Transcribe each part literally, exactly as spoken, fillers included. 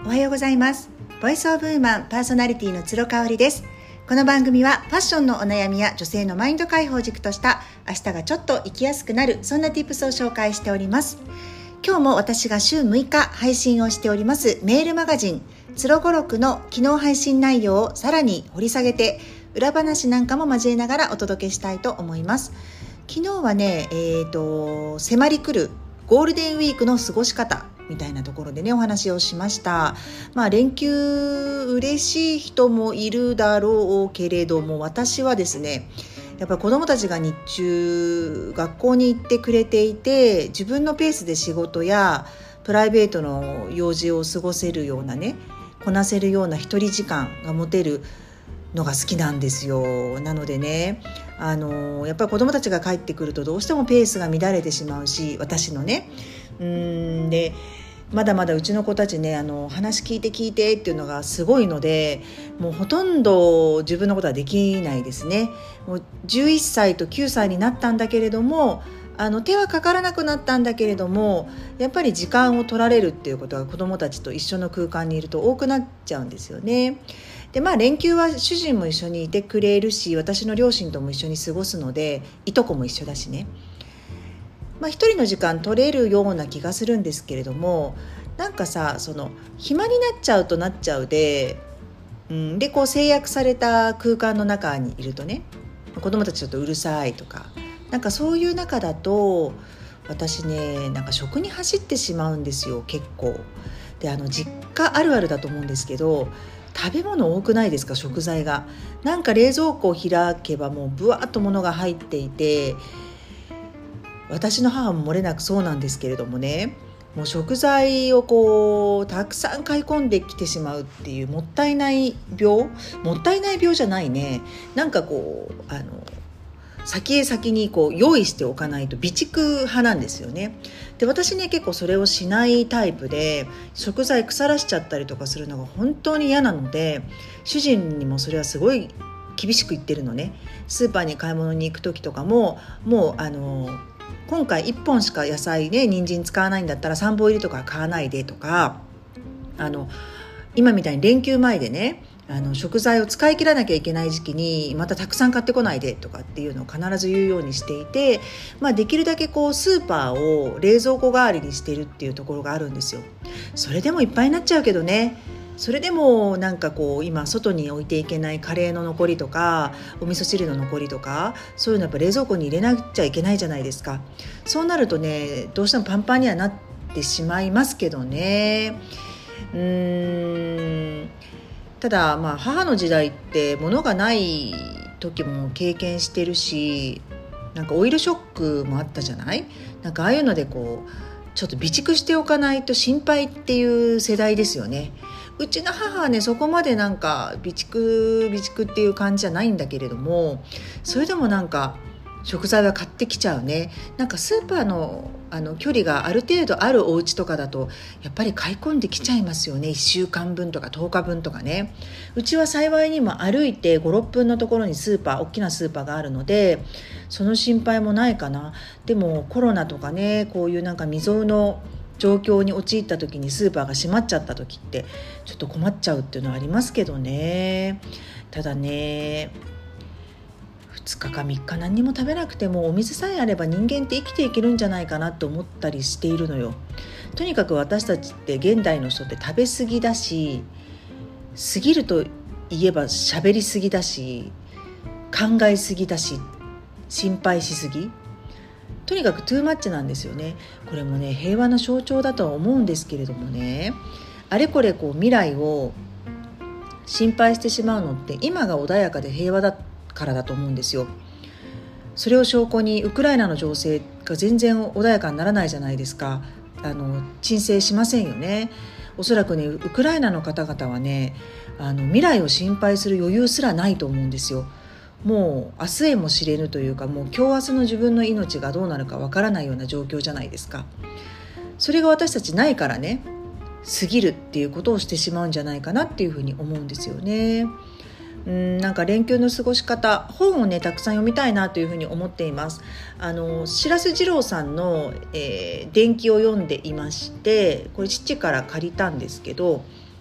おはようございます。ボイスオブウーマンパーソナリティのつろかおりです。この番組はファッションのお悩みや女性のマインド解放軸とした明日がちょっと生きやすくなる、そんな Tips を紹介しております。今日も私が週むいか配信をしておりますメールマガジンつろごろくの昨日配信内容をさらに掘り下げて、裏話なんかも交えながらお届けしたいと思います。昨日はね、えーと、迫り来るゴールデンウィークの過ごし方みたいなところでねお話をしました。まあ連休嬉しい人もいるだろうけれども、私はですねやっぱり子どもたちが日中学校に行ってくれていて、自分のペースで仕事やプライベートの用事を過ごせるようなね、こなせるような一人時間が持てるのが好きなんですよ。なのでね、あのやっぱり子どもたちが帰ってくるとどうしてもペースが乱れてしまうし、私のねうーんでまだまだうちの子たちね、あの話聞いて聞いてっていうのがすごいので、もうほとんど自分のことはできないですね。もうじゅういっさいときゅうさいになったんだけれども、あの手はかからなくなったんだけれども、やっぱり時間を取られるっていうことが子どもたちと一緒の空間にいると多くなっちゃうんですよね。でまあ連休は主人も一緒にいてくれるし、私の両親とも一緒に過ごすので、いとこも一緒だしね、まあ、一人の時間取れるような気がするんですけれども、なんかさ、その暇になっちゃうとなっちゃうで、うん、でこう制約された空間の中にいるとね、子供たちちょっとうるさいとか、なんかそういう中だと私ね、なんか食に走ってしまうんですよ、結構。であの実家あるあるだと思うんですけど、食べ物多くないですか？食材がなんか冷蔵庫を開けばもうブワーッと物が入っていて、私の母も漏れなくそうなんですけれどもね、もう食材をこうたくさん買い込んできてしまうっていうもったいない病もったいない病じゃないね、なんかこうあの先へ先にこう用意しておかないと備蓄派なんですよね。で私ね結構それをしないタイプで、食材腐らしちゃったりとかするのが本当に嫌なので、主人にもそれはすごい厳しく言ってるのね。スーパーに買い物に行く時とかも、もうあの今回いっぽんしか野菜ね人参使わないんだったらさんぼん入りとか買わないでとか、あの今みたいに連休前でね、あの食材を使い切らなきゃいけない時期にまたたくさん買ってこないでとかっていうのを必ず言うようにしていて、まあ、できるだけこうスーパーを冷蔵庫代わりにしているっていうところがあるんですよ。それでもいっぱいになっちゃうけどね、それでもなんかこう今外に置いていけないカレーの残りとかお味噌汁の残りとか、そういうのやっぱ冷蔵庫に入れなくちゃいけないじゃないですか。そうなるとね、どうしてもパンパンにはなってしまいますけどね。うーんただまあ母の時代って物がない時も経験してるし、なんかオイルショックもあったじゃない。なんかああいうのでこうちょっと備蓄しておかないと心配っていう世代ですよね。うちの母はねそこまでなんか備蓄備蓄っていう感じじゃないんだけれども、それでもなんか食材は買ってきちゃうね。なんかスーパーの、あの距離がある程度あるお家とかだとやっぱり買い込んできちゃいますよね。いっしゅうかんぶんとかとおかぶんとかね。うちは幸いにも歩いてご、ろっぷんのところにスーパー、大きなスーパーがあるのでその心配もないかな。でもコロナとかね、こういうなんか未曾有の状況に陥った時にスーパーが閉まっちゃった時ってちょっと困っちゃうっていうのはありますけどね。ただね、ふつかかみっか何にも食べなくてもお水さえあれば人間って生きていけるんじゃないかなと思ったりしているのよ。とにかく私たちって現代の人って食べ過ぎだし、過ぎると言えば喋りすぎだし、考えすぎだし、心配しすぎ、とにかくトゥーマッチなんですよね。これもね平和の象徴だとは思うんですけれどもね、あれこれこう未来を心配してしまうのって今が穏やかで平和だからだと思うんですよ。それを証拠にウクライナの情勢が全然穏やかにならないじゃないですか。あの沈静しませんよね。おそらくねウクライナの方々はね、あの未来を心配する余裕すらないと思うんですよ。もう明日へも知れぬというか、もう今日明日の自分の命がどうなるかわからないような状況じゃないですか。それが私たちないからね、過ぎるっていうことをしてしまうんじゃないかなっていうふうに思うんですよね。うんなんか連休の過ごし方、本をねたくさん読みたいなというふうに思っています。あの白洲二郎さんの、えー、伝記を読んでいまして、これ父から借りたんですけど、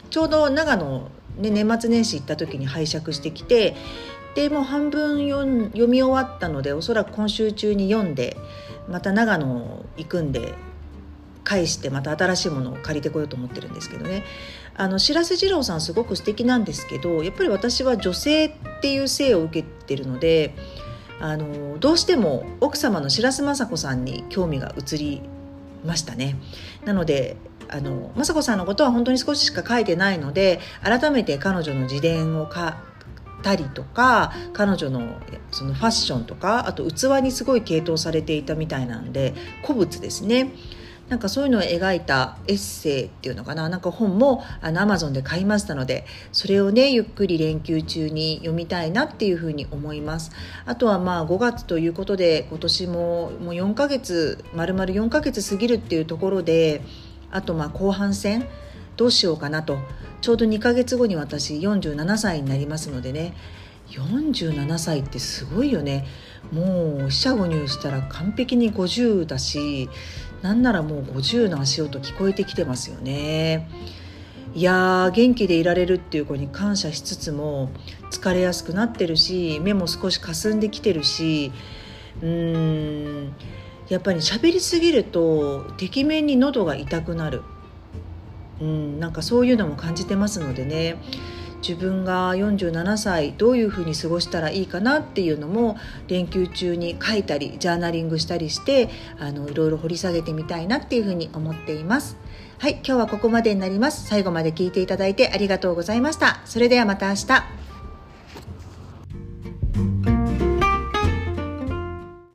ちょうど長野、ね、年末年始行った時に拝借してきて、でもう半分読, 読み終わったので、おそらく今週中に読んで、また長野行くんで返してまた新しいものを借りてこようと思ってるんですけどね。あの白洲二郎さんすごく素敵なんですけど、やっぱり私は女性っていう性を受けてるので、あのどうしても奥様の白洲雅子さんに興味が移りましたね。なのであの雅子さんのことは本当に少ししか書いてないので、改めて彼女の自伝を書たりとか、彼女のそのファッションとか、あと器にすごい傾倒されていたみたいなんで、古物ですね、なんかそういうのを描いたエッセイっていうのかな、なんか本もあの Amazon で買いましたので、それをねゆっくり連休中に読みたいなっていうふうに思います。あとはまあごがつということで、今年ももうよんかげつ、丸々よんかげつ過ぎるっていうところで、あとまあ後半戦どうしようかなと。ちょうどにかげつごに私よんじゅうななさいになりますのでね、よんじゅうななさいってすごいよね。もう四捨五入したら完璧にごじゅうだし、なんならもうごじゅうの足音聞こえてきてますよね。いやー、元気でいられるっていう子に感謝しつつも、疲れやすくなってるし、目も少し霞んできてるし、うーんやっぱり喋りすぎるとてきめんに喉が痛くなる、うん、なんかそういうのも感じてますのでね、自分がよんじゅうななさいどういうふうに過ごしたらいいかなっていうのも連休中に書いたりジャーナリングしたりして、あのいろいろ掘り下げてみたいなっていうふうに思っています。はい、今日はここまでになります。最後まで聞いていただいてありがとうございました。それではまた明日。